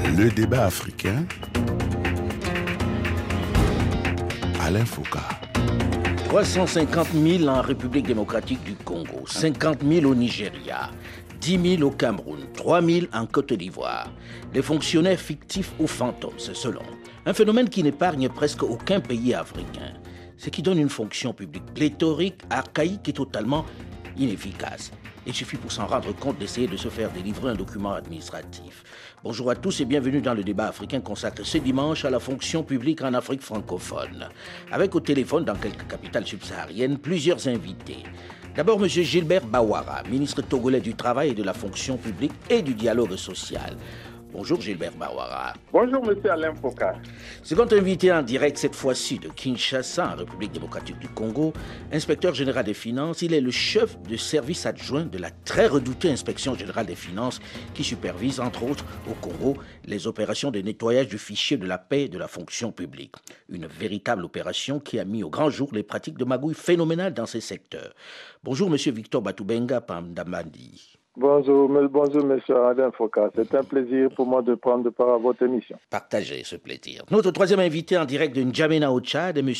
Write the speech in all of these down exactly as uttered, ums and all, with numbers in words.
Le débat africain, Alain Foucault. trois cent cinquante mille en République démocratique du Congo, cinquante mille au Nigeria, dix mille au Cameroun, trois mille en Côte d'Ivoire. Les fonctionnaires fictifs ou fantômes, c'est selon. Un phénomène qui n'épargne presque aucun pays africain. Ce qui donne une fonction publique pléthorique, archaïque et totalement inefficace. Il suffit pour s'en rendre compte d'essayer de se faire délivrer un document administratif. Bonjour à tous et bienvenue dans le débat africain consacré ce dimanche à la fonction publique en Afrique francophone. Avec au téléphone, dans quelques capitales subsahariennes, plusieurs invités. D'abord, M. Gilbert Bawara, ministre togolais du Travail et de la fonction publique et du dialogue social. Bonjour Gilbert Bawara. Bonjour M. Alain Foucault. Second invité en direct cette fois-ci de Kinshasa, en République démocratique du Congo, inspecteur général des finances, il est le chef de service adjoint de la très redoutée inspection générale des finances qui supervise entre autres au Congo les opérations de nettoyage du fichier de la paix de la fonction publique. Une véritable opération qui a mis au grand jour les pratiques de magouille phénoménales dans ces secteurs. Bonjour M. Victor Batoubenga Pandamandi. Bonjour, bonjour M. Alain Foucault. C'est un plaisir pour moi de prendre part à votre émission. Partagez ce plaisir. Notre troisième invité en direct de N'Djamena au Tchad est M.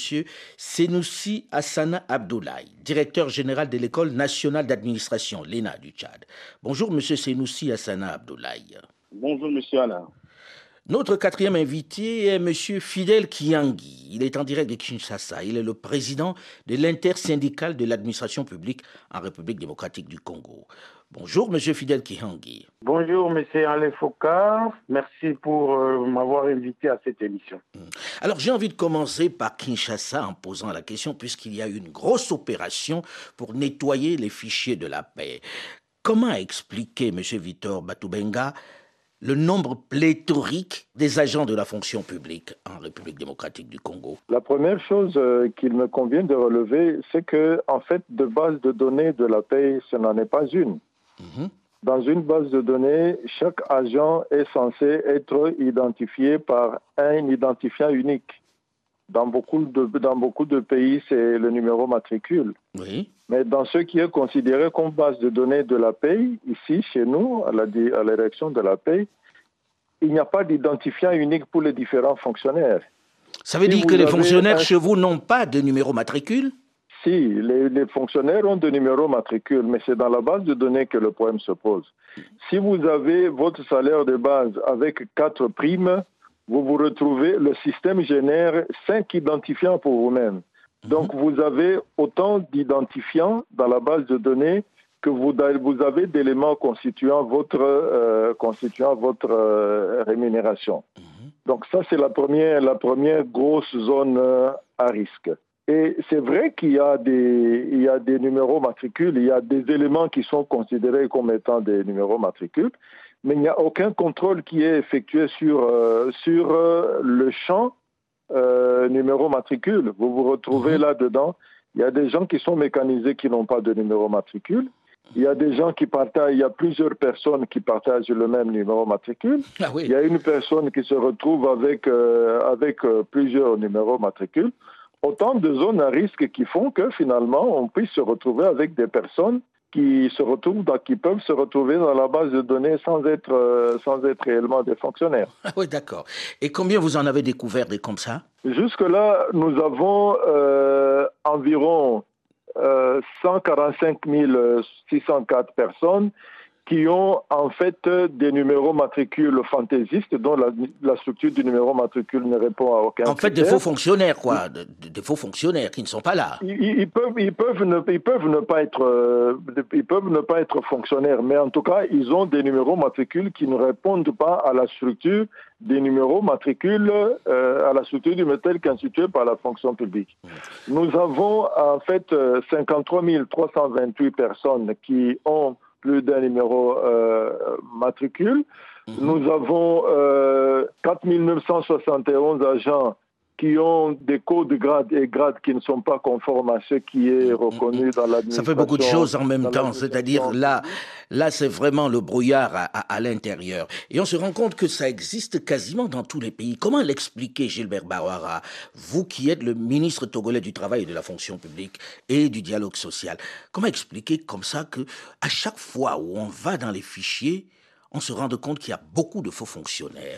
Senoussi Hassana Abdoulaye, directeur général de l'École nationale d'administration, l'E N A du Tchad. Bonjour M. Senoussi Hassana Abdoulaye. Bonjour M. Alain. Notre quatrième invité est M. Fidel Kiangi. Il est en direct de Kinshasa. Il est le président de l'intersyndicale de l'administration publique en République démocratique du Congo. Bonjour, M. Fidel Kiangi. Bonjour, M. Alain Foucault. Merci pour euh, m'avoir invité à cette émission. Alors, j'ai envie de commencer par Kinshasa en posant la question, puisqu'il y a eu une grosse opération pour nettoyer les fichiers de la paix. Comment expliquer, M. Victor Batoubenga, le nombre pléthorique des agents de la fonction publique en République démocratique du Congo? La première chose euh, qu'il me convient de relever, c'est que, en fait, de base de données de la paix, ce n'en est pas une. Mmh. Dans une base de données, chaque agent est censé être identifié par un identifiant unique. Dans beaucoup de, dans beaucoup de pays, c'est le numéro matricule. Oui. Mais dans ce qui est considéré comme base de données de la paix, ici, chez nous, à la, à la direction de la paix, il n'y a pas d'identifiant unique pour les différents fonctionnaires. Ça veut si dire que les fonctionnaires un... chez vous n'ont pas de numéro matricule? Si, les, les fonctionnaires ont de numéro matricule, mais c'est dans la base de données que le problème se pose. Si vous avez votre salaire de base avec quatre primes, vous vous retrouvez, le système génère cinq identifiants pour vous-même. Donc, mmh. vous avez autant d'identifiants dans la base de données que vous, vous avez d'éléments constituant votre, euh, constituant votre euh, rémunération. Mmh. Donc, ça, c'est la première, la première grosse zone euh, à risque. Et c'est vrai qu'il y a des, il y a des numéros matricules, il y a des éléments qui sont considérés comme étant des numéros matricules, mais il n'y a aucun contrôle qui est effectué sur, euh, sur euh, le champ euh, numéro matricule. Vous vous retrouvez mmh. là-dedans. Il y a des gens qui sont mécanisés qui n'ont pas de numéro matricule. Il y a des gens qui partagent, il y a plusieurs personnes qui partagent le même numéro matricule. Ah oui. Il y a une personne qui se retrouve avec, euh, avec euh, plusieurs numéros matricules. Autant de zones à risque qui font que finalement on puisse se retrouver avec des personnes qui se retrouvent dans, qui peuvent se retrouver dans la base de données sans être, euh, sans être réellement des fonctionnaires. Ah oui, d'accord. Et combien vous en avez découvert des comme ça? Jusque-là, nous avons euh, environ euh, cent quarante-cinq mille six cent quatre personnes qui ont en fait des numéros matricules fantaisistes dont la, la structure du numéro matricule ne répond à aucun En fait, critère. des faux fonctionnaires, quoi. De, de, des faux fonctionnaires qui ne sont pas là. Ils, ils, peuvent, ils, peuvent, ne, ils, peuvent ne pas être, euh, ils peuvent ne pas être fonctionnaires, mais en tout cas, ils ont des numéros matricules qui ne répondent pas à la structure des numéros matricules, euh, à la structure du métal constituée par la fonction publique. Mmh. Nous avons en fait cinquante-trois mille trois cent vingt-huit personnes qui ont plus d'un numéro euh, matricule. Mmh. Nous avons euh, quatre mille neuf cent soixante et onze agents qui ont des codes grades et grades qui ne sont pas conformes à ce qui est reconnu dans l'administration. Ça fait beaucoup de choses en même temps, c'est-à-dire là, là c'est vraiment le brouillard à, à, à l'intérieur. Et on se rend compte que ça existe quasiment dans tous les pays. Comment l'expliquer, Gilbert Bawara, vous qui êtes le ministre togolais du Travail et de la fonction publique et du dialogue social, comment expliquer comme ça que à chaque fois où on va dans les fichiers, on se rend compte qu'il y a beaucoup de faux fonctionnaires?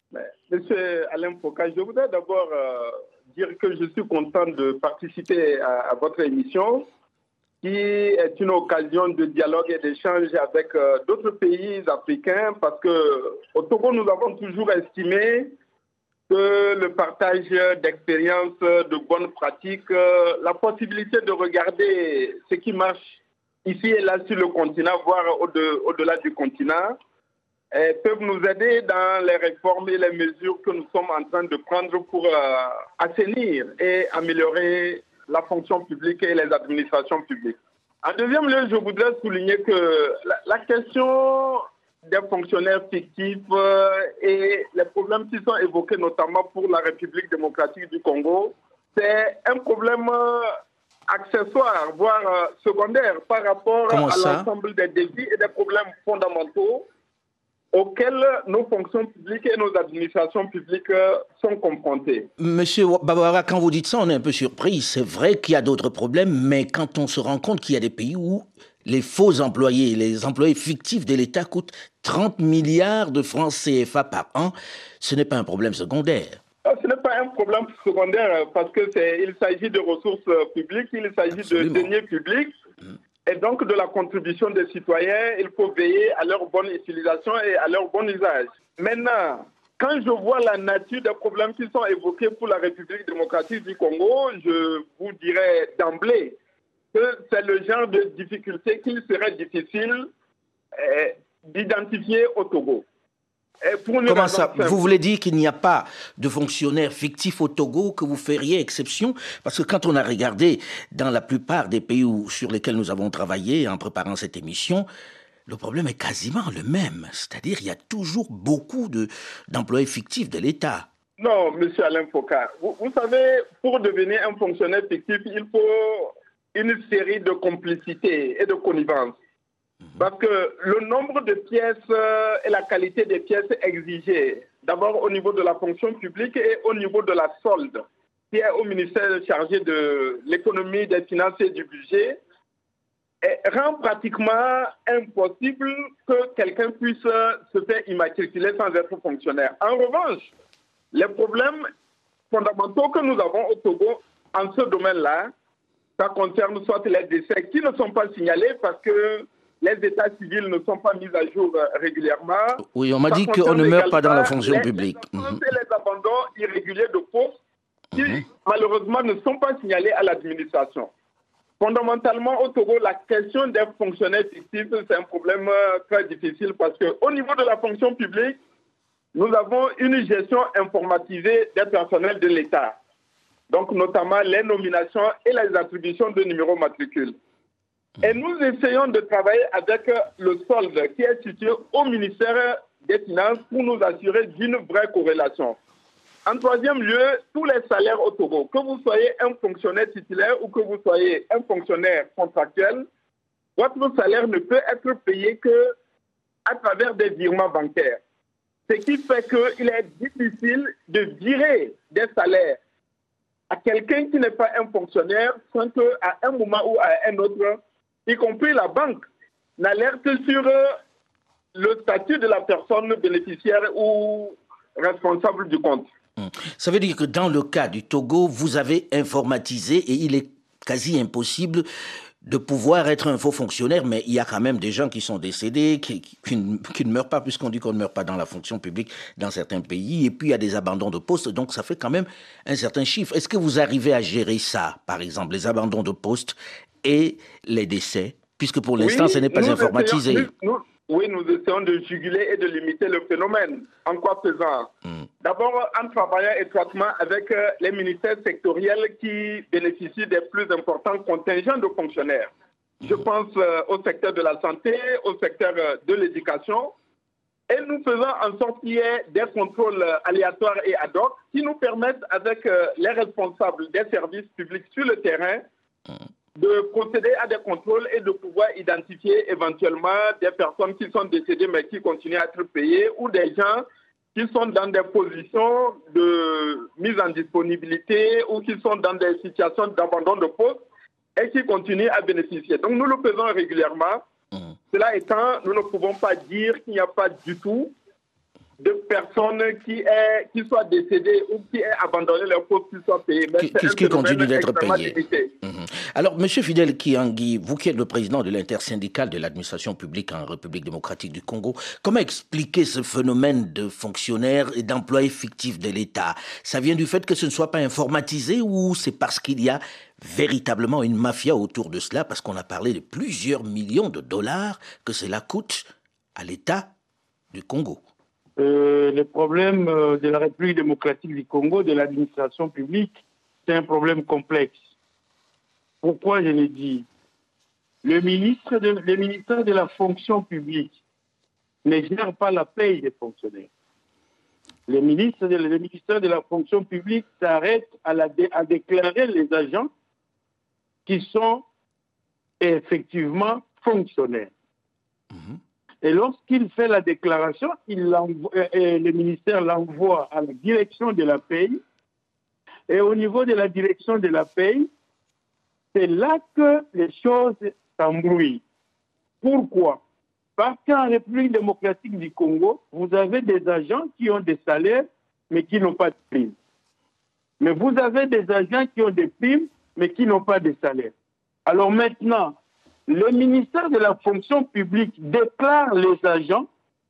Monsieur Alain Foka, je voudrais d'abord euh, dire que je suis content de participer à, à votre émission, qui est une occasion de dialogue et d'échange avec euh, d'autres pays africains, parce qu'au Togo, nous avons toujours estimé que le partage d'expériences, de bonnes pratiques, euh, la possibilité de regarder ce qui marche ici et là sur le continent, voire au-de- au-delà du continent, euh, peuvent nous aider dans les réformes et les mesures que nous sommes en train de prendre pour euh, assainir et améliorer la fonction publique et les administrations publiques. En deuxième lieu, je voudrais souligner que la, la question des fonctionnaires fictifs euh, et les problèmes qui sont évoqués notamment pour la République démocratique du Congo, c'est un problème euh, accessoire, voire euh, secondaire par rapport Comment à ça? l'ensemble des défis et des problèmes fondamentaux auxquels nos fonctions publiques et nos administrations publiques euh, sont confrontées. Monsieur Babawara, quand vous dites ça, on est un peu surpris. C'est vrai qu'il y a d'autres problèmes, mais quand on se rend compte qu'il y a des pays où les faux employés, les employés fictifs de l'État coûtent trente milliards de francs C F A par an, ce n'est pas un problème secondaire. Ah, ce n'est pas un problème secondaire parce que c'est, il s'agit de ressources euh, publiques, il s'agit Absolument. de deniers publics. Et donc de la contribution des citoyens, il faut veiller à leur bonne utilisation et à leur bon usage. Maintenant, quand je vois la nature des problèmes qui sont évoqués pour la République démocratique du Congo, je vous dirais d'emblée que c'est le genre de difficulté qu'il serait difficile eh, d'identifier au Togo. Et pour une Comment raison ça? simple. Vous voulez dire qu'il n'y a pas de fonctionnaires fictifs au Togo, que vous feriez exception? Parce que quand on a regardé dans la plupart des pays où, sur lesquels nous avons travaillé en préparant cette émission, le problème est quasiment le même. C'est-à-dire qu'il y a toujours beaucoup de, d'employés fictifs de l'État. Non, monsieur Alain Foka, vous, vous savez, pour devenir un fonctionnaire fictif, il faut une série de complicités et de connivences. Parce que le nombre de pièces euh, et la qualité des pièces exigées, d'abord au niveau de la fonction publique et au niveau de la solde, qui est au ministère chargé de l'économie, des finances et du budget, et rend pratiquement impossible que quelqu'un puisse se faire immatriculer sans être fonctionnaire. En revanche, les problèmes fondamentaux que nous avons au Togo en ce domaine-là, ça concerne soit les décès qui ne sont pas signalés parce que les états civils ne sont pas mis à jour régulièrement. Oui, on m'a Ça dit qu'on ne meurt pas dans la fonction les, publique. Les, Mhm. et les abandons irréguliers de postes qui, Mhm. malheureusement, ne sont pas signalés à l'administration. Fondamentalement, au Togo, la question des fonctionnaires fictifs, c'est un problème euh, très difficile parce qu'au niveau de la fonction publique, nous avons une gestion informatisée des personnels de l'État. Donc, notamment les nominations et les attributions de numéros matricules. Et nous essayons de travailler avec le solde qui est situé au ministère des Finances pour nous assurer d'une vraie corrélation. En troisième lieu, tous les salaires au Togo, que vous soyez un fonctionnaire titulaire ou que vous soyez un fonctionnaire contractuel, votre salaire ne peut être payé qu'à travers des virements bancaires. Ce qui fait qu'il est difficile de virer des salaires à quelqu'un qui n'est pas un fonctionnaire sans qu'à un moment ou à un autre, y compris la banque, n'alerte sur le statut de la personne bénéficiaire ou responsable du compte. Ça veut dire que dans le cas du Togo, vous avez informatisé et il est quasi impossible de pouvoir être un faux fonctionnaire, mais il y a quand même des gens qui sont décédés, qui, qui, qui, ne, qui ne meurent pas, puisqu'on dit qu'on ne meurt pas dans la fonction publique dans certains pays, et puis il y a des abandons de postes, donc ça fait quand même un certain chiffre. Est-ce que vous arrivez à gérer ça, par exemple, les abandons de postes et les décès, puisque pour l'instant, oui, ce n'est pas informatisé? Essayons, nous, nous, oui, nous essayons de juguler et de limiter le phénomène. En quoi faisant? mm. D'abord, en travaillant étroitement avec les ministères sectoriels qui bénéficient des plus importants contingents de fonctionnaires. Mm. Je pense au secteur de la santé, au secteur de l'éducation. Et nous faisons en sorte qu'il y ait des contrôles aléatoires et ad hoc qui nous permettent, avec les responsables des services publics sur le terrain, mm. de procéder à des contrôles et de pouvoir identifier éventuellement des personnes qui sont décédées mais qui continuent à être payées ou des gens qui sont dans des positions de mise en disponibilité ou qui sont dans des situations d'abandon de poste et qui continuent à bénéficier. Donc nous le faisons régulièrement. Mmh. Cela étant, nous ne pouvons pas dire qu'il n'y a pas du tout de personnes qui, est, qui soient décédées ou qui aient abandonné leur poste, qui soient payées. Mais qui, qui continuent d'être payés. Mmh. Alors, M. Fidèle Kiangui, vous qui êtes le président de l'intersyndicale de l'administration publique en République démocratique du Congo, comment expliquer ce phénomène de fonctionnaires et d'employés fictifs de l'État? Ça vient du fait que ce ne soit pas informatisé ou c'est parce qu'il y a véritablement une mafia autour de cela, parce qu'on a parlé de plusieurs millions de dollars que cela coûte à l'État du Congo? Euh, le problème euh, de la République démocratique du Congo, de l'administration publique, c'est un problème complexe. Pourquoi je l'ai dit? Le ministre de, le ministère de la fonction publique ne gère pas la paye des fonctionnaires. Le, ministre de, le ministère de la fonction publique s'arrête à, la, à déclarer les agents qui sont effectivement fonctionnaires. Mmh. Et lorsqu'il fait la déclaration, il et le ministère l'envoie à la direction de la paye. Et au niveau de la direction de la paye, c'est là que les choses s'embrouillent. Pourquoi? Parce qu'en République démocratique du Congo, vous avez des agents qui ont des salaires, mais qui n'ont pas de primes. Mais vous avez des agents qui ont des primes, mais qui n'ont pas de salaire. Alors maintenant, le ministère de la fonction publique déclare les agents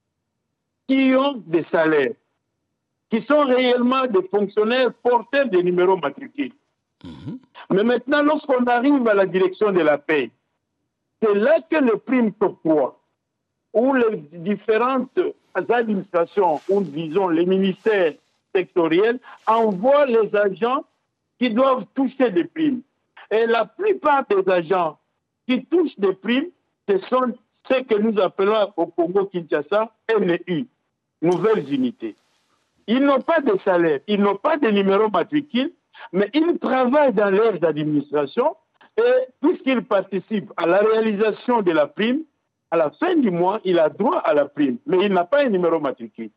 qui ont des salaires, qui sont réellement des fonctionnaires porteurs des numéros matricules. Mmh. Mais maintenant, lorsqu'on arrive à la direction de la paie, c'est là que le prime Tokwa, où les différentes administrations, ou disons les ministères sectoriels, envoient les agents qui doivent toucher des primes. Et la plupart des agents qui touchent des primes, ce sont ce que nous appelons au Congo-Kinshasa N U, nouvelles unités. Ils n'ont pas de salaire, ils n'ont pas de numéro matricule, mais ils travaillent dans leurs administrations et puisqu'ils participent à la réalisation de la prime, à la fin du mois, il a droit à la prime, mais il n'a pas un numéro matricule.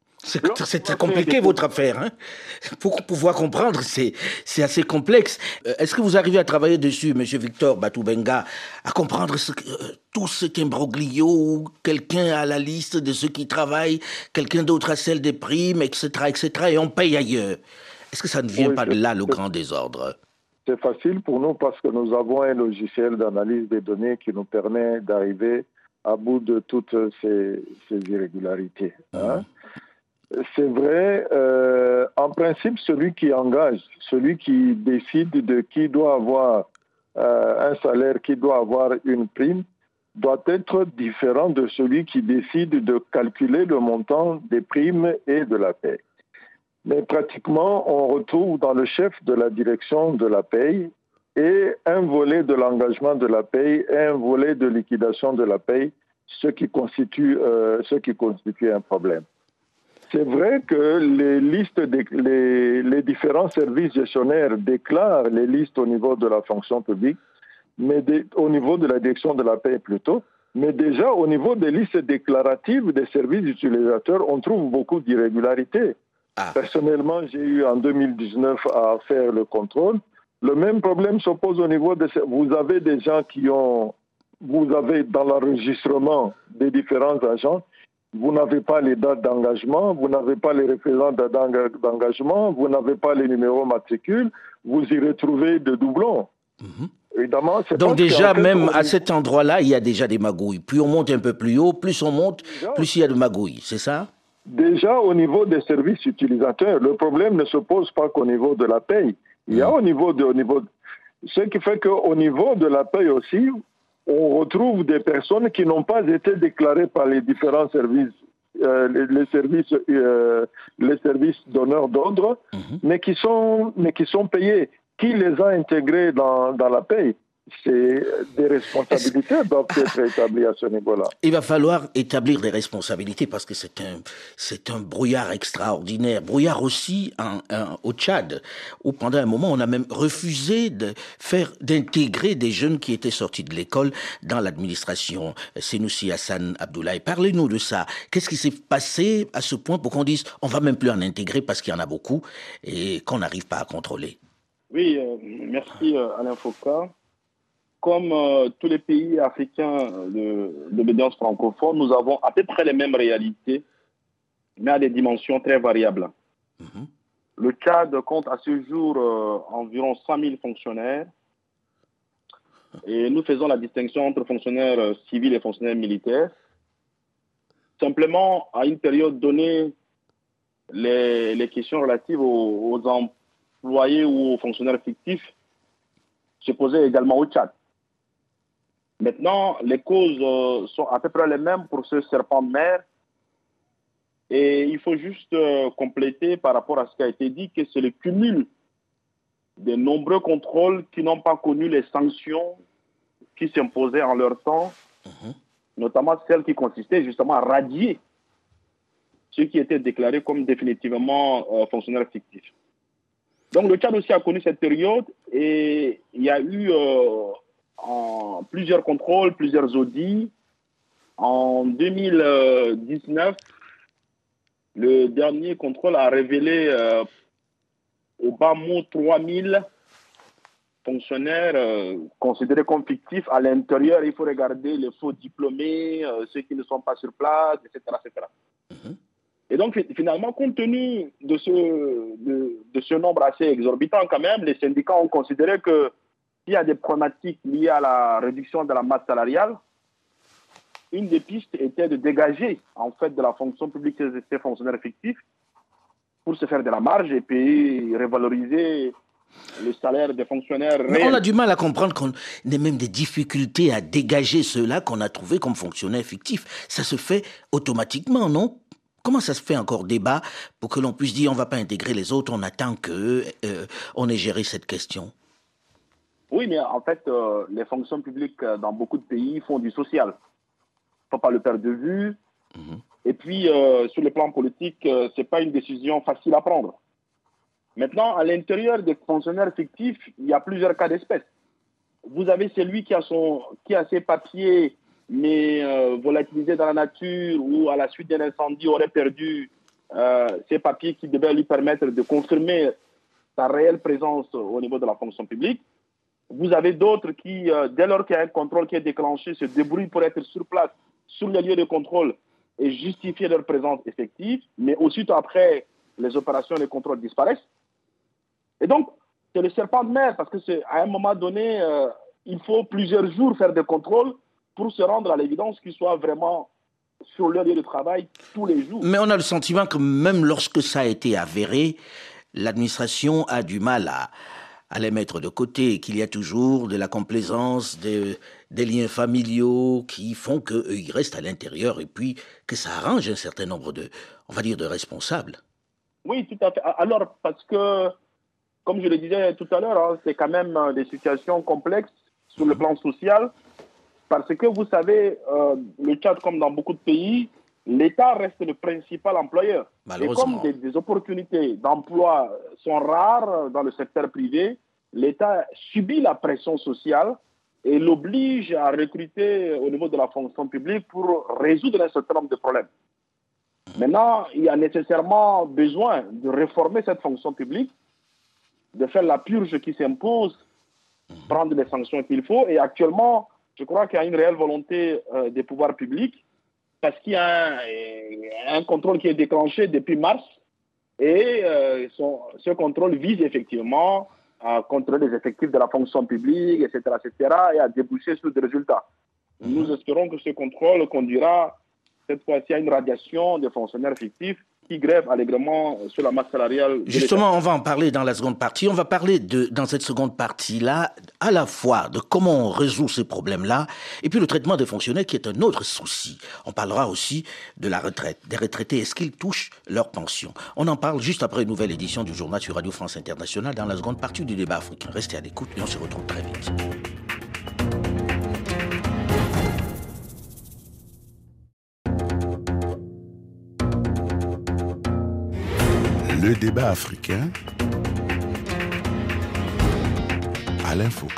C'est compliqué votre affaire, hein? Pour pouvoir comprendre, c'est assez complexe. Est-ce que vous arrivez à travailler dessus, M. Victor Batoubenga, à comprendre ce, euh, tout cet imbroglio où quelqu'un a la liste de ceux qui travaillent, quelqu'un d'autre a celle des primes, et cetera, et cetera, et on paye ailleurs? Est-ce que ça ne vient oui, pas de là, le grand désordre? C'est facile pour nous parce que nous avons un logiciel d'analyse des données qui nous permet d'arriver à bout de toutes ces, ces irrégularités. Hein? Mmh. C'est vrai, euh, en principe, celui qui engage, celui qui décide de qui doit avoir euh, un salaire, qui doit avoir une prime, doit être différent de celui qui décide de calculer le montant des primes et de la paie. Mais pratiquement, on retrouve dans le chef de la direction de la paie et un volet de l'engagement de la paie et un volet de liquidation de la paie, ce qui constitue, euh, ce qui constitue un problème. C'est vrai que les listes, de, les, les différents services gestionnaires déclarent les listes au niveau de la fonction publique, mais de, au niveau de la direction de la paie plutôt, mais déjà au niveau des listes déclaratives des services utilisateurs, on trouve beaucoup d'irrégularités. Ah. Personnellement, j'ai eu en deux mille dix-neuf à faire le contrôle. Le même problème se pose au niveau de... Vous avez des gens qui ont... Vous avez dans l'enregistrement des différents agents, vous n'avez pas les dates d'engagement, vous n'avez pas les référents d'engagement, vous n'avez pas les numéros matricules, vous y retrouvez de doublons. Mm-hmm. Évidemment, donc déjà, même à cet endroit-là, il y a déjà des magouilles. Plus on monte un peu plus haut, plus on monte, déjà, plus il y a de magouilles, c'est ça? Déjà, au niveau des services utilisateurs, le problème ne se pose pas qu'au niveau de la paye. Il y a mm. au niveau de... Au niveau de... Ce qui fait qu'au niveau de la paye aussi, on retrouve des personnes qui n'ont pas été déclarées par les différents services, euh, les, les services, euh, les services donneurs d'ordre, mm-hmm. mais qui sont, mais qui sont payées. Qui les a intégrés dans, dans la paye? C'est des responsabilités doivent être établies à ce niveau-là. Il va falloir établir des responsabilités parce que c'est un, c'est un brouillard extraordinaire. Brouillard aussi en, en, au Tchad, où pendant un moment, on a même refusé de faire, d'intégrer des jeunes qui étaient sortis de l'école dans l'administration. Senoussi Hassan Abdoulaye, parlez-nous de ça. Qu'est-ce qui s'est passé à ce point pour qu'on dise on va même plus en intégrer parce qu'il y en a beaucoup et qu'on n'arrive pas à contrôler? Oui, euh, merci euh, Alain Foucault. Comme euh, tous les pays africains de l'obédience francophone, nous avons à peu près les mêmes réalités mais à des dimensions très variables. Mhm. Le Tchad compte à ce jour euh, environ cent mille fonctionnaires et nous faisons la distinction entre fonctionnaires euh, civils et fonctionnaires militaires. Simplement, à une période donnée, les, les questions relatives aux, aux employés ou aux fonctionnaires fictifs se posaient également au Tchad. Maintenant, les causes euh, sont à peu près les mêmes pour ce serpent de mer. Et il faut juste euh, compléter par rapport à ce qui a été dit que c'est le cumul de nombreux contrôles qui n'ont pas connu les sanctions qui s'imposaient en leur temps, Mhm. notamment celles qui consistaient justement à radier ceux qui étaient déclarés comme définitivement euh, fonctionnaires fictifs. Donc le Tchad aussi a connu cette période et il y a eu euh, en plusieurs contrôles, plusieurs audits. En deux mille dix-neuf, le dernier contrôle a révélé euh, au bas mot trois mille fonctionnaires euh, considérés comme fictifs. À l'intérieur, il faut regarder les faux diplômés, euh, ceux qui ne sont pas sur place, et cetera et cetera. Mhm. Et donc, finalement, compte tenu de ce, de, de ce nombre assez exorbitant quand même, les syndicats ont considéré que s'il y a des problématiques liées à la réduction de la masse salariale, une des pistes était de dégager en fait de la fonction publique ces, ces fonctionnaires fictifs pour se faire de la marge et puis revaloriser le salaire des fonctionnaires Mais réels. on a du mal à comprendre qu'on ait même des difficultés à dégager ceux-là qu'on a trouvés comme fonctionnaires fictifs. Ça se fait automatiquement, non? Comment ça se fait encore débat pour que l'on puisse dire on ne va pas intégrer les autres, on attend que euh, on ait géré cette question? Oui, mais en fait, euh, les fonctions publiques euh, dans beaucoup de pays font du social. Il ne faut pas le perdre de vue. Mhm. Et puis, euh, sur le plan politique, euh, ce n'est pas une décision facile à prendre. Maintenant, à l'intérieur des fonctionnaires fictifs, il y a plusieurs cas d'espèce. Vous avez celui qui a, son, qui a ses papiers, mais euh, volatilisés dans la nature ou à la suite d'un incendie aurait perdu euh, ses papiers qui devaient lui permettre de confirmer sa réelle présence au niveau de la fonction publique. Vous avez d'autres qui, euh, dès lors qu'il y a un contrôle qui est déclenché, se débrouillent pour être sur place, sur les lieux de contrôle et justifier leur présence effective, mais aussitôt après, les opérations et les contrôles disparaissent. Et donc, c'est le serpent de mer, parce que c'est, à un moment donné, euh, il faut plusieurs jours faire des contrôles pour se rendre à l'évidence qu'ils soient vraiment sur leur lieu de travail tous les jours. Mais on a le sentiment que même lorsque ça a été avéré, l'administration a du mal à, à les mettre de côté, qu'il y a toujours de la complaisance, des, des liens familiaux qui font qu'eux, ils restent à l'intérieur et puis que ça arrange un certain nombre de, on va dire, de responsables. Oui, tout à fait. Alors, parce que, comme je le disais tout à l'heure, hein, c'est quand même des situations complexes sur le plan social, parce que vous savez, euh, le Tchad, comme dans beaucoup de pays, l'État reste le principal employeur. Et comme des, des opportunités d'emploi sont rares dans le secteur privé, l'État subit la pression sociale et l'oblige à recruter au niveau de la fonction publique pour résoudre un certain nombre de problèmes. Maintenant, il y a nécessairement besoin de réformer cette fonction publique, de faire la purge qui s'impose, prendre les sanctions qu'il faut. Et actuellement, je crois qu'il y a une réelle volonté euh, des pouvoirs publics parce qu'il y a un, un contrôle qui est déclenché depuis mars et euh, son, ce contrôle vise effectivement à contrôler les effectifs de la fonction publique, et cetera, et cetera, et à déboucher sur des résultats. Mmh. Nous espérons que ce contrôle conduira cette fois-ci à une radiation des fonctionnaires fictifs qui grèvent allègrement sur la masse salariale. Justement, on va en parler dans la seconde partie. On va parler de, dans cette seconde partie-là, à la fois de comment on résout ces problèmes-là, et puis le traitement des fonctionnaires qui est un autre souci. On parlera aussi de la retraite, des retraités. Est-ce qu'ils touchent leur pension? On en parle juste après une nouvelle édition du journal sur Radio France Internationale dans la seconde partie du débat africain. Restez à l'écoute et on se retrouve très vite. Le débat africain, Alain Foka.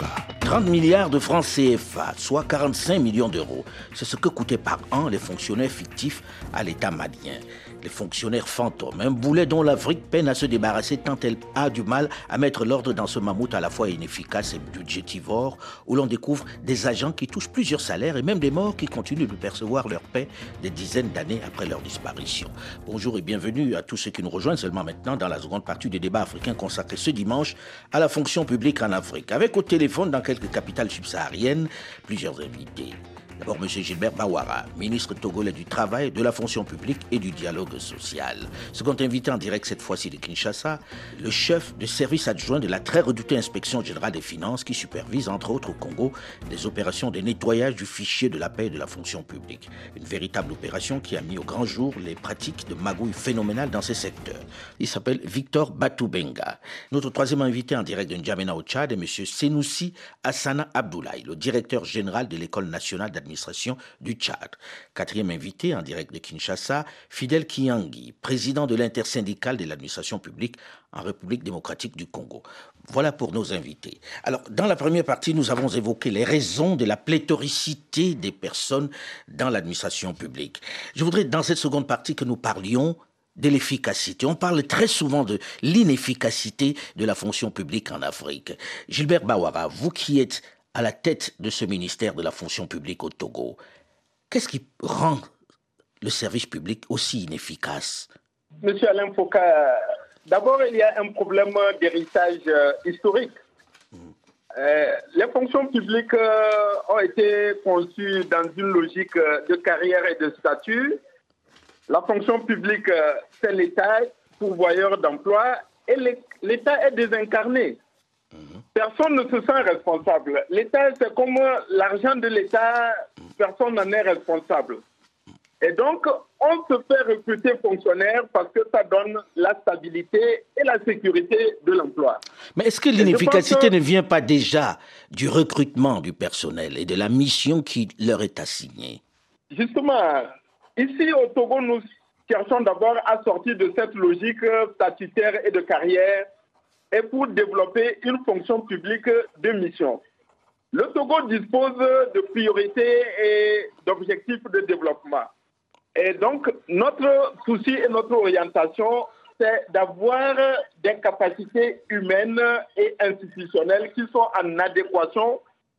trente milliards de francs C F A, soit quarante-cinq millions d'euros. C'est ce que coûtaient par an les fonctionnaires fictifs à l'État malien. Les fonctionnaires fantômes, un boulet dont l'Afrique peine à se débarrasser tant elle a du mal à mettre l'ordre dans ce mammouth à la fois inefficace et budgétivore, où l'on découvre des agents qui touchent plusieurs salaires et même des morts qui continuent de percevoir leur paix des dizaines d'années après leur disparition. Bonjour et bienvenue à tous ceux qui nous rejoignent seulement maintenant dans la seconde partie du débat africain consacré ce dimanche à la fonction publique en Afrique. Avec au téléphone dans quelques capitales subsahariennes, plusieurs invités. D'abord, M. Gilbert Bawara, ministre togolais du Travail, de la fonction publique et du dialogue social. Second invité en direct cette fois-ci de Kinshasa, le chef de service adjoint de la très redoutée Inspection générale des finances qui supervise, entre autres au Congo, des opérations de nettoyage du fichier de la paix et de la fonction publique. Une véritable opération qui a mis au grand jour les pratiques de magouille phénoménales dans ces secteurs. Il s'appelle Victor Batoubenga. Notre troisième invité en direct de N'Djamena au Tchad est M. Senoussi Hassana Abdoulaye, le directeur général de l'École nationale d'administration administration du Tchad. Quatrième invité en direct de Kinshasa, Fidel Kiangi, président de l'intersyndicale de l'administration publique en République démocratique du Congo. Voilà pour nos invités. Alors, dans la première partie, nous avons évoqué les raisons de la pléthoricité des personnes dans l'administration publique. Je voudrais, dans cette seconde partie, que nous parlions de l'efficacité. On parle très souvent de l'inefficacité de la fonction publique en Afrique. Gilbert Bawara, vous qui êtes à la tête de ce ministère de la fonction publique au Togo, qu'est-ce qui rend le service public aussi inefficace? Monsieur Alain Foucault, d'abord, il y a un problème d'héritage euh, historique. Mmh. Euh, les fonctions publiques euh, ont été conçues dans une logique de carrière et de statut. La fonction publique, euh, c'est l'État, pourvoyeur d'emploi, et l'État est désincarné. Personne ne se sent responsable. L'État, c'est comme l'argent de l'État, personne n'en est responsable. Et donc, on se fait recruter fonctionnaire parce que ça donne la stabilité et la sécurité de l'emploi. Mais est-ce que l'inefficacité que... ne vient pas déjà du recrutement du personnel et de la mission qui leur est assignée? Justement, ici au Togo, nous cherchons d'abord à sortir de cette logique statutaire et de carrière et pour développer une fonction publique de mission. Le Togo dispose de priorités et d'objectifs de développement. Et donc, notre souci et notre orientation, c'est d'avoir des capacités humaines et institutionnelles qui sont en adéquation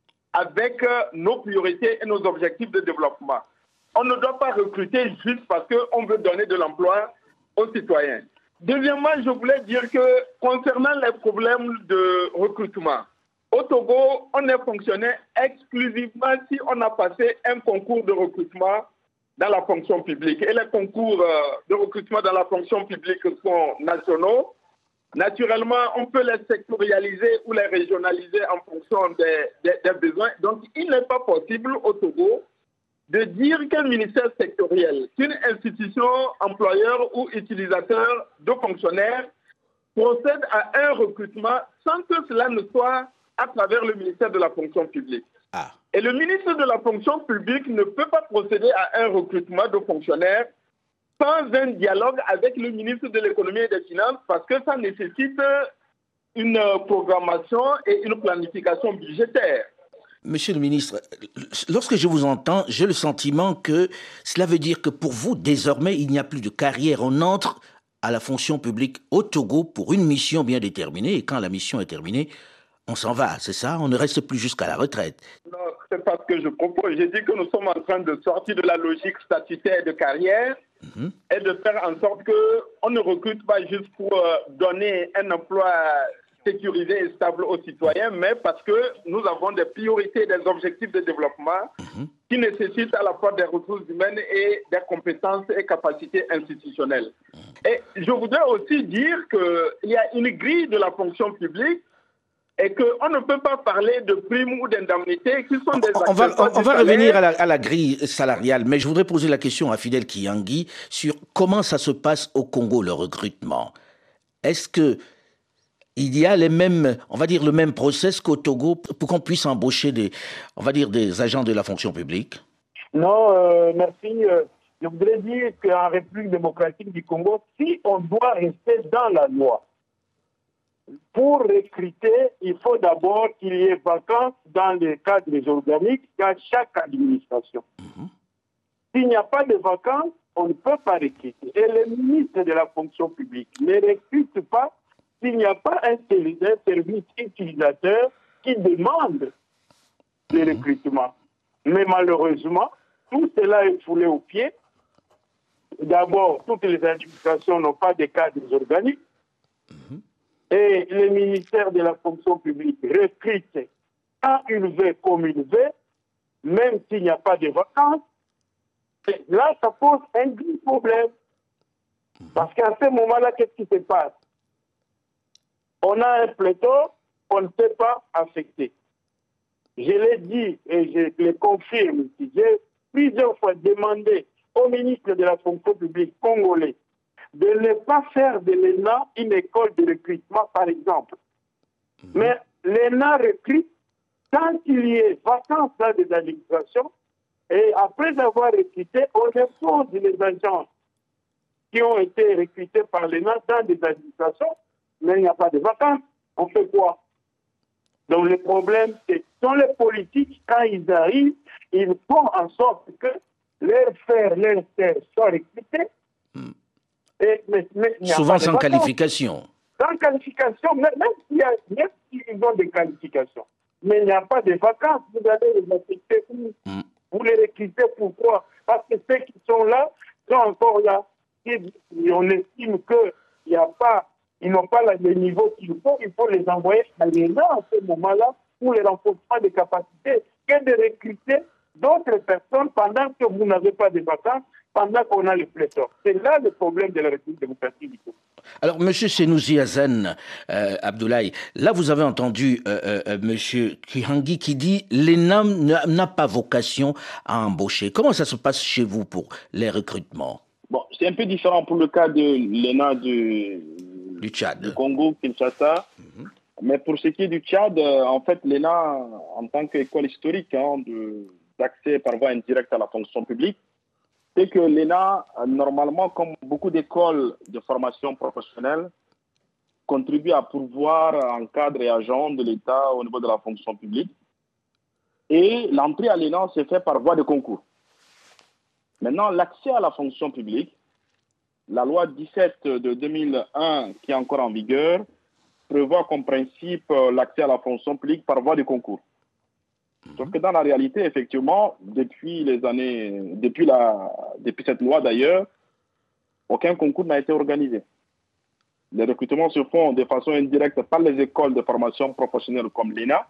avec nos priorités et nos objectifs de développement. On ne doit pas recruter juste parce qu'on veut donner de l'emploi aux citoyens. Deuxièmement, je voulais dire que concernant les problèmes de recrutement, au Togo, on est fonctionnaire exclusivement si on a passé un concours de recrutement dans la fonction publique. Et les concours de recrutement dans la fonction publique sont nationaux. Naturellement, on peut les sectorialiser ou les régionaliser en fonction des, des, des besoins. Donc, il n'est pas possible au Togo de dire qu'un ministère sectoriel, qu'une institution employeur ou utilisateur de fonctionnaires procède à un recrutement sans que cela ne soit à travers le ministère de la fonction publique. Ah. Et le ministre de la fonction publique ne peut pas procéder à un recrutement de fonctionnaires sans un dialogue avec le ministre de l'économie et des finances parce que ça nécessite une programmation et une planification budgétaire. Monsieur le ministre, lorsque je vous entends, j'ai le sentiment que cela veut dire que pour vous, désormais, il n'y a plus de carrière. On entre à la fonction publique au Togo pour une mission bien déterminée et quand la mission est terminée, on s'en va, c'est ça? On ne reste plus jusqu'à la retraite. Non, c'est pas ce que je propose. J'ai dit que nous sommes en train de sortir de la logique statutaire de carrière mmh. et de faire en sorte qu'on ne recrute pas juste pour donner un emploi sécurisé et stable aux citoyens, mais parce que nous avons des priorités, des objectifs de développement mmh. qui nécessitent à la fois des ressources humaines et des compétences et capacités institutionnelles. Mmh. Et je voudrais aussi dire qu'il y a une grille de la fonction publique et qu'on ne peut pas parler de primes ou d'indemnités qui sont des... On va, on, on va revenir à la, à la grille salariale, mais je voudrais poser la question à Fidel Kiangi sur comment ça se passe au Congo, le recrutement. Est-ce que il y a les mêmes, on va dire le même process qu'au Togo pour qu'on puisse embaucher des, on va dire des agents de la fonction publique? Non, euh, merci. Je voudrais dire qu'en République démocratique du Congo, si on doit rester dans la loi, pour recruter, il faut d'abord qu'il y ait vacances dans les cadres organiques dans chaque administration. Mmh. S'il n'y a pas de vacances, on ne peut pas recruter. Et le ministre de la fonction publique ne recrute pas s'il n'y a pas un service utilisateur qui demande le recrutement. Mais malheureusement, tout cela est foulé aux pieds. D'abord, toutes les administrations n'ont pas de cadres organiques. Mmh. Et le ministère de la fonction publique recrute quand il veut, comme il veut, même s'il n'y a pas de vacances. Et là, ça pose un grand problème. Parce qu'à ce moment-là, qu'est-ce qui se passe? On a un pléthore qu'on ne peut pas affecter. Je l'ai dit et je le confirme ici. J'ai plusieurs fois demandé au ministre de la fonction publique congolais de ne pas faire de l'E N A une école de recrutement, par exemple. Mmh. Mais l'E N A recrute tant qu'il y ait vacances dans des administrations. Et après avoir recruté, on repose les agents qui ont été recrutés par l'E N A dans des administrations, mais il n'y a pas de vacances. On fait quoi? Donc le problème, c'est que dans les politiques, quand ils arrivent, ils font en sorte que leurs frères, leurs sœurs soient recrutés. Mm. Et, mais, mais, souvent sans qualification. Sans qualification, même, même s'ils ont des qualifications. Mais il n'y a pas de vacances, vous allez les affecter où? Mm. Vous les recrutez, pourquoi? Parce que ceux qui sont là sont encore là. Et on estime qu'ils n'y a pas, ils n'ont pas le niveau qu'il faut, il faut les envoyer à l'E N A à ce moment-là pour le renforcement des capacités, que de recruter d'autres personnes pendant que vous n'avez pas de vacances, pendant qu'on a le pléthore. C'est là le problème de la République démocratique du Congo. Alors, M. Senouzi Hazen, euh, Abdoulaye, là vous avez entendu euh, euh, M. Kihangi qui dit « l'E N A n'a pas vocation à embaucher ». Comment ça se passe chez vous pour les recrutements? Bon, c'est un peu différent pour le cas de l'E N A du, du Tchad, du Congo, Kinshasa. Mm-hmm. Mais pour ce qui est du Tchad, euh, en fait, l'E N A, en tant qu'école historique hein, de, d'accès par voie indirecte à la fonction publique, c'est que l'E N A, normalement, comme beaucoup d'écoles de formation professionnelle, contribue à pourvoir en cadre et agent de l'État au niveau de la fonction publique. Et l'entrée à l'E N A se fait par voie de concours. Maintenant, l'accès à la fonction publique, la loi dix-sept de deux mille un, qui est encore en vigueur, prévoit comme principe l'accès à la fonction publique par voie de concours. Sauf que dans la réalité, effectivement, depuis les années, depuis, la, depuis cette loi d'ailleurs, aucun concours n'a été organisé. Les recrutements se font de façon indirecte par les écoles de formation professionnelle comme l'E N A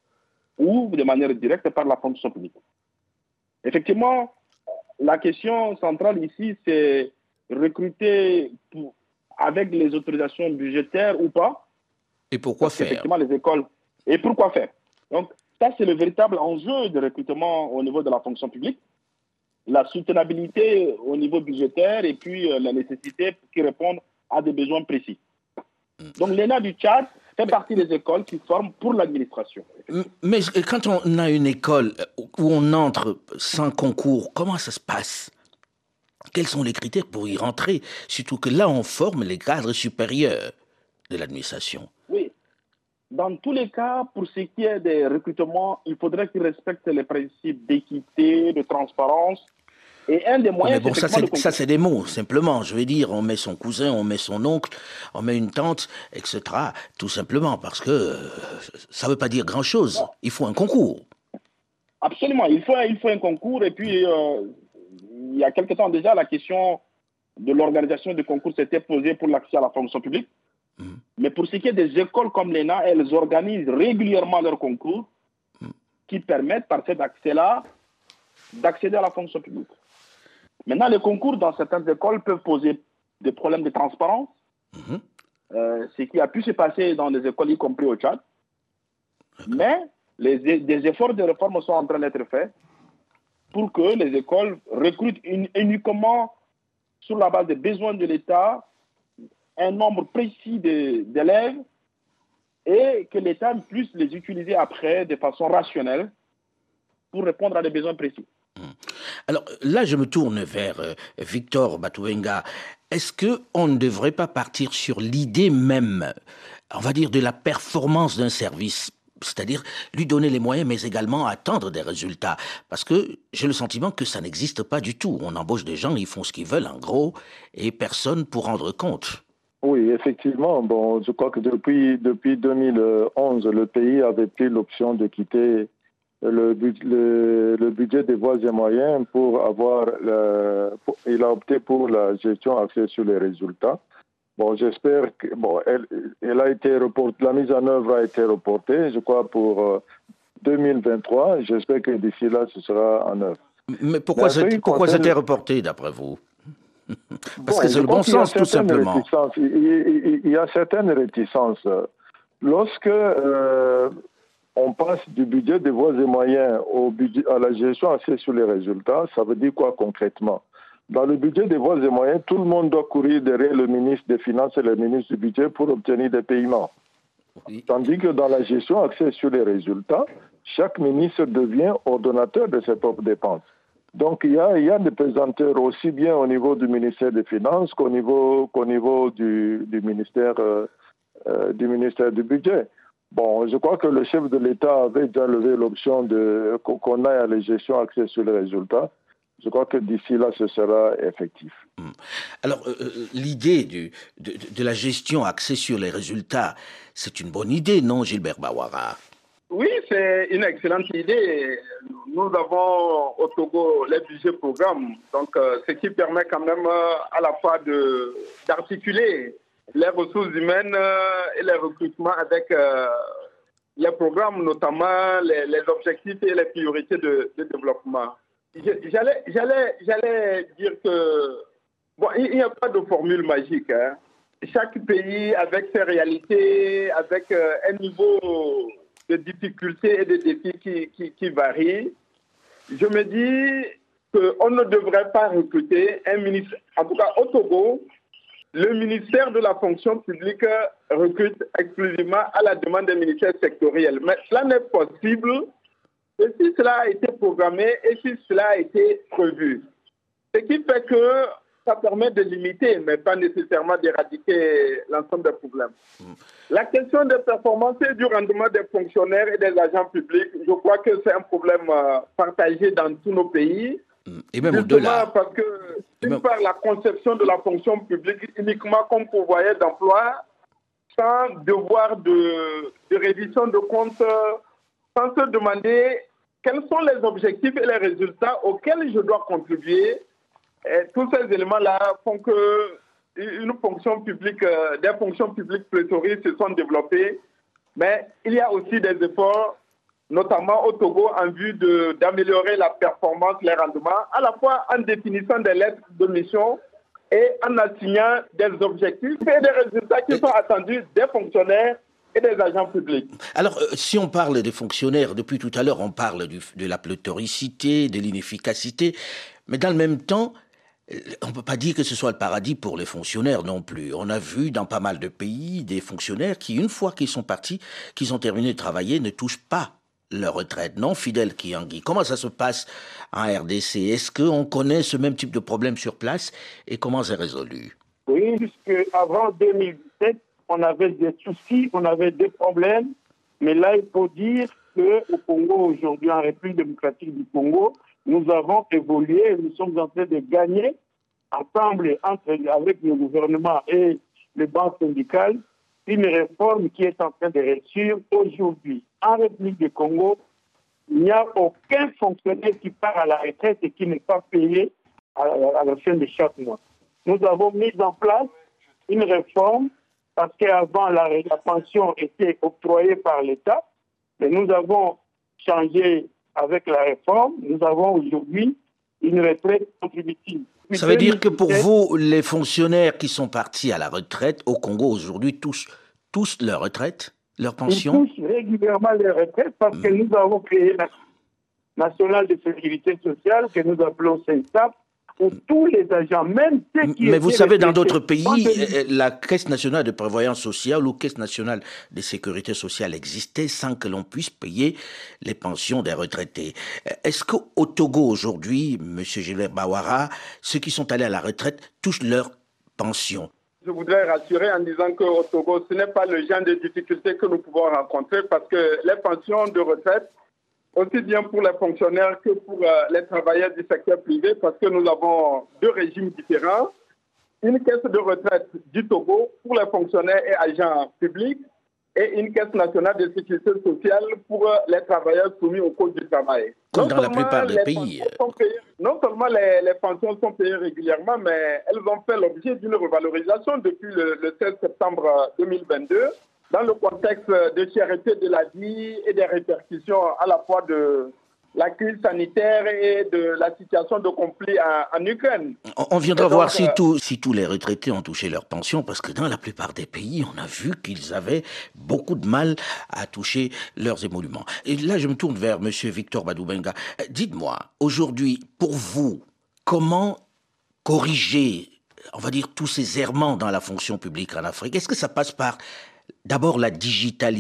ou de manière directe par la fonction publique. Effectivement, la question centrale ici, c'est recruter pour, avec les autorisations budgétaires ou pas. Et pourquoi faire? Effectivement, les écoles. Et pourquoi faire? Donc, ça, c'est le véritable enjeu de recrutement au niveau de la fonction publique. La soutenabilité au niveau budgétaire et puis euh, la nécessité qui répondent à des besoins précis. Donc, l'E N A du Tchad fait mais, partie des écoles qui forment pour l'administration. Mais quand on a une école où on entre sans concours, comment ça se passe? Quels sont les critères pour y rentrer? Surtout que là, on forme les cadres supérieurs de l'administration. Oui. Dans tous les cas, pour ce qui est des recrutements, il faudrait qu'ils respectent les principes d'équité, de transparence. Et un des moyens, mais bon, ça, c'est, ça, c'est des mots, simplement. Je veux dire, on met son cousin, on met son oncle, on met une tante, et cetera. Tout simplement, parce que euh, ça ne veut pas dire grand-chose. Il faut un concours. Absolument. Il faut, il faut un concours. Et puis, euh, il y a quelque temps déjà, la question de l'organisation du concours s'était posée pour l'accès à la fonction publique. Mmh. Mais pour ce qui est des écoles comme l'E N A, elles organisent régulièrement leurs concours mmh. qui permettent, par cet accès-là, d'accéder à la fonction publique. Maintenant, les concours dans certaines écoles peuvent poser des problèmes de transparence, mmh. euh, ce qui a pu se passer dans les écoles, y compris au Tchad. Mais les, des efforts de réforme sont en train d'être faits pour que les écoles recrutent une, uniquement sur la base des besoins de l'État un nombre précis de, d'élèves et que l'État puisse les utiliser après de façon rationnelle pour répondre à des besoins précis. Alors là, je me tourne vers euh, Victor Batouenga. Est-ce qu'on ne devrait pas partir sur l'idée même on va dire, de la performance d'un service. C'est-à-dire lui donner les moyens, mais également attendre des résultats. Parce que j'ai le sentiment que ça n'existe pas du tout. On embauche des gens, ils font ce qu'ils veulent, en gros, et personne pour rendre compte. Oui, effectivement. Bon, je crois que depuis, depuis deux mille onze, le pays avait pris l'option de quitter le, le, le budget des voies et moyens pour avoir... Le, pour, il a opté pour la gestion axée sur les résultats. Bon, j'espère que bon, elle, elle a été reportée, la mise en œuvre a été reportée, je crois, pour euh, deux mille vingt-trois. J'espère que d'ici là, ce sera en œuvre. Mais pourquoi c'était pourquoi c'était reporté, d'après vous? Parce bon, que c'est le bon sens, tout simplement. Il, il, il y a certaines réticences. Lorsque euh, on passe du budget des voies et moyens au budget, à la gestion axée sur les résultats, ça veut dire quoi concrètement? Dans le budget des voies et moyens, tout le monde doit courir derrière le ministre des Finances et le ministre du Budget pour obtenir des paiements. Oui. Tandis que dans la gestion axée sur les résultats, chaque ministre devient ordonnateur de ses propres dépenses. Donc il y a, il y a des pesanteurs aussi bien au niveau du ministère des Finances qu'au niveau, qu'au niveau du, du, ministère, euh, euh, du ministère du Budget. Bon, je crois que le chef de l'État avait déjà levé l'option de, qu'on aille à la gestion axée sur les résultats. Je crois que d'ici là, ce sera effectif. Alors, euh, l'idée du, de, de la gestion axée sur les résultats, c'est une bonne idée, non, Gilbert Bawara? Oui, c'est une excellente idée. Nous avons au Togo les budgets programmes, donc euh, ce qui permet quand même euh, à la fois de, d'articuler les ressources humaines euh, et les recrutements avec euh, les programmes, notamment les, les objectifs et les priorités de, de développement. J'allais, j'allais, j'allais dire que bon, il n'y a pas de formule magique. Hein. Chaque pays avec ses réalités, avec euh, un niveau de difficultés et de défis qui, qui, qui varient. Je me dis qu'on ne devrait pas recruter un ministre. En tout cas, au Togo, le ministère de la fonction publique recrute exclusivement à la demande des ministères sectoriels. Mais cela n'est possible et si cela a été programmé et si cela a été prévu. Ce qui fait que ça permet de limiter, mais pas nécessairement d'éradiquer l'ensemble des problèmes. Mmh. La question des performances et du rendement des fonctionnaires et des agents publics, je crois que c'est un problème euh, partagé dans tous nos pays. Mmh. Et même au-delà. Parce que, d'une même... part, la conception de la fonction publique uniquement comme pourvoyeur d'emploi, sans devoir de, de révision de comptes, sans se demander quels sont les objectifs et les résultats auxquels je dois contribuer. Et tous ces éléments-là font que une fonction publique, euh, des fonctions publiques pléthoriques se sont développées. Mais il y a aussi des efforts, notamment au Togo, en vue de, d'améliorer la performance, les rendements, à la fois en définissant des lettres de mission et en assignant des objectifs et des résultats qui sont attendus des fonctionnaires et des agents publics. Alors, euh, si on parle des fonctionnaires, depuis tout à l'heure, on parle du, de la pléthoricité, de l'inefficacité, mais dans le même temps, on ne peut pas dire que ce soit le paradis pour les fonctionnaires non plus. On a vu dans pas mal de pays des fonctionnaires qui, une fois qu'ils sont partis, qu'ils ont terminé de travailler, ne touchent pas leur retraite. Non, Fidèle Kiangui, comment ça se passe en R D C? Est-ce qu'on connaît ce même type de problème sur place et comment c'est résolu? Oui, jusqu'avant deux mille dix-sept, on avait des soucis, on avait des problèmes. Mais là, il faut dire qu'au Congo, aujourd'hui, en République démocratique du Congo, nous avons évolué, nous sommes en train de gagner ensemble entre, avec le gouvernement et les banques syndicales une réforme qui est en train de réussir aujourd'hui. En République du Congo, il n'y a aucun fonctionnaire qui part à la retraite et qui n'est pas payé à, à la fin de chaque mois. Nous avons mis en place une réforme parce qu'avant la, la pension était octroyée par l'État, mais nous avons changé avec la réforme, nous avons aujourd'hui une retraite contributive. Ça veut dire que pour vous, les fonctionnaires qui sont partis à la retraite au Congo aujourd'hui touchent tous leur retraite, leur pension? Ils touchent régulièrement leur retraite parce mmh. que nous avons créé la Nationale de Sécurité Sociale que nous appelons CENSAP pour tous les agents, même ceux qui... Mais vous savez, dans d'autres pays, la Caisse nationale de prévoyance sociale ou Caisse nationale de sécurité sociale existait sans que l'on puisse payer les pensions des retraités. Est-ce qu'au Togo aujourd'hui, M. Gilbert Bawara, ceux qui sont allés à la retraite touchent leur pension? Je voudrais rassurer en disant qu'au Togo, ce n'est pas le genre de difficultés que nous pouvons rencontrer parce que les pensions de retraite, aussi bien pour les fonctionnaires que pour euh, les travailleurs du secteur privé, parce que nous avons deux régimes différents. Une caisse de retraite du Togo pour les fonctionnaires et agents publics et une caisse nationale de sécurité sociale pour les travailleurs soumis au code du travail. Comme non dans la plupart des pays. Payées, non seulement les, les pensions sont payées régulièrement, mais elles ont fait l'objet d'une revalorisation depuis le, le seize septembre deux mille vingt-deux, dans le contexte de cherté de la vie et des répercussions à la fois de la crise sanitaire et de la situation de conflit en, en Ukraine. On viendra donc voir si, euh, tout, si tous les retraités ont touché leur pension, parce que dans la plupart des pays, on a vu qu'ils avaient beaucoup de mal à toucher leurs émoluments. Et là, je me tourne vers M. Victor Badoubenga. Dites-moi, aujourd'hui, pour vous, comment corriger, on va dire, tous ces errements dans la fonction publique en Afrique? Est-ce que ça passe par, d'abord, la digitalisation ?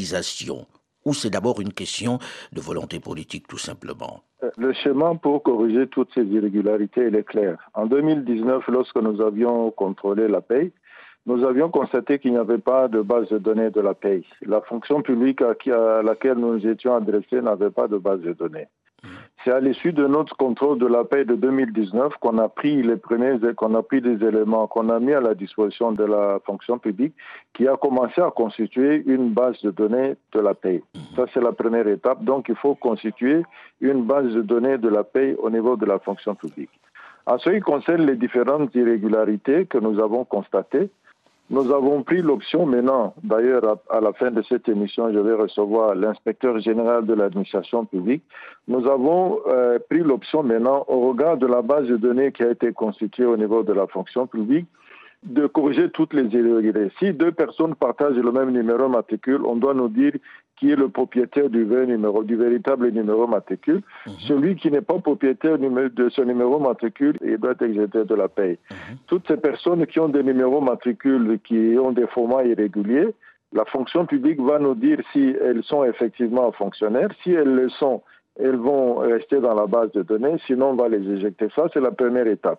Ou c'est d'abord une question de volonté politique, tout simplement? Le schéma pour corriger toutes ces irrégularités, il est clair. En deux mille dix-neuf, lorsque nous avions contrôlé la paye, nous avions constaté qu'il n'y avait pas de base de données de la paye. La fonction publique à, qui, à laquelle nous nous étions adressés n'avait pas de base de données. C'est à l'issue de notre contrôle de la paie de deux mille dix-neuf qu'on a pris les premiers, qu'on a pris des éléments qu'on a mis à la disposition de la fonction publique qui a commencé à constituer une base de données de la paie. Ça, c'est la première étape. Donc, il faut constituer une base de données de la paie au niveau de la fonction publique. En ce qui concerne les différentes irrégularités que nous avons constatées, nous avons pris l'option maintenant, d'ailleurs à, à la fin de cette émission, je vais recevoir l'inspecteur général de l'administration publique. Nous avons euh, pris l'option maintenant, au regard de la base de données qui a été constituée au niveau de la fonction publique, de corriger toutes les irrégularités. Si deux personnes partagent le même numéro matricule, on doit nous dire qui est le propriétaire du, vrai numéro, du véritable numéro matricule. Mmh. Celui qui n'est pas propriétaire de ce numéro matricule, il doit être exempté de la paye. Mmh. Toutes ces personnes qui ont des numéros matricules, qui ont des formats irréguliers, la fonction publique va nous dire si elles sont effectivement fonctionnaires. Si elles le sont, elles vont rester dans la base de données, sinon on va les éjecter. Ça, c'est la première étape.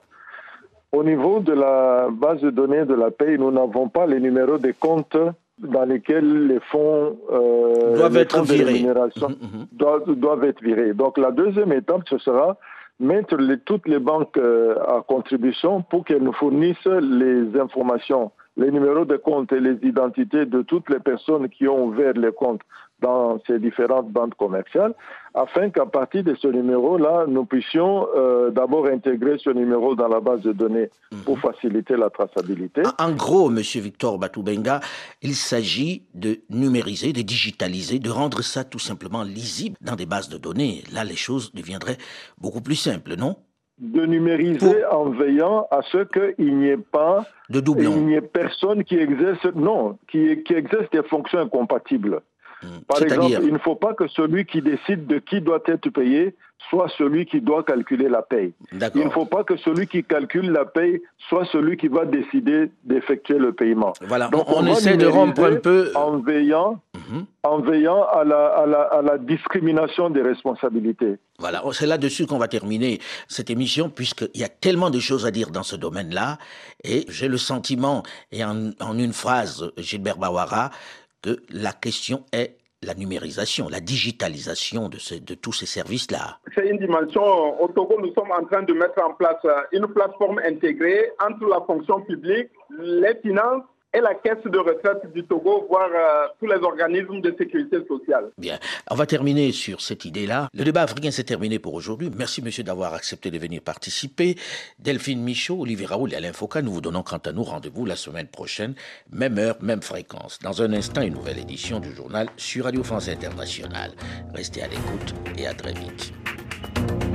Au niveau de la base de données de la paye, nous n'avons pas les numéros des comptes dans lesquels les fonds, euh, doivent, les être fonds de virés. rémunération mmh. doivent, doivent être virés. Donc la deuxième étape, ce sera mettre les, toutes les banques euh, à contribution pour qu'elles nous fournissent les informations, les numéros de compte et les identités de toutes les personnes qui ont ouvert les comptes dans ces différentes banques commerciales, afin qu'à partir de ce numéro-là, nous puissions euh, d'abord intégrer ce numéro dans la base de données mmh. pour faciliter la traçabilité. En gros, M. Victor Badoubenga, il s'agit de numériser, de digitaliser, de rendre ça tout simplement lisible dans des bases de données. Là, les choses deviendraient beaucoup plus simples, non ? De numériser pour... en veillant à ce qu'il n'y ait pas de doublons. Il n'y ait personne qui exerce, non, qui, qui exerce des fonctions incompatibles. Par exemple, il ne faut pas que celui qui décide de qui doit être payé soit celui qui doit calculer la paye. Il ne faut pas que celui qui calcule la paye soit celui qui va décider d'effectuer le paiement. Voilà, donc on, on essaie de rompre un peu... En veillant, mm-hmm. en veillant à, la, à, la, à la discrimination des responsabilités. Voilà, c'est là-dessus qu'on va terminer cette émission, puisqu'il y a tellement de choses à dire dans ce domaine-là, et j'ai le sentiment, et en, en une phrase, Gilbert Bawara, que la question est la numérisation, la digitalisation de, ce, de tous ces services-là. C'est une dimension. Au Togo, nous sommes en train de mettre en place une plateforme intégrée entre la fonction publique, les finances et la caisse de retraite du Togo, voire euh, tous les organismes de sécurité sociale. Bien. On va terminer sur cette idée-là. Le débat africain s'est terminé pour aujourd'hui. Merci, monsieur, d'avoir accepté de venir participer. Delphine Michaud, Olivier Raoul et Alain Foucault, nous vous donnons quant à nous rendez-vous la semaine prochaine, même heure, même fréquence. Dans un instant, une nouvelle édition du journal sur Radio France Internationale. Restez à l'écoute et à très vite.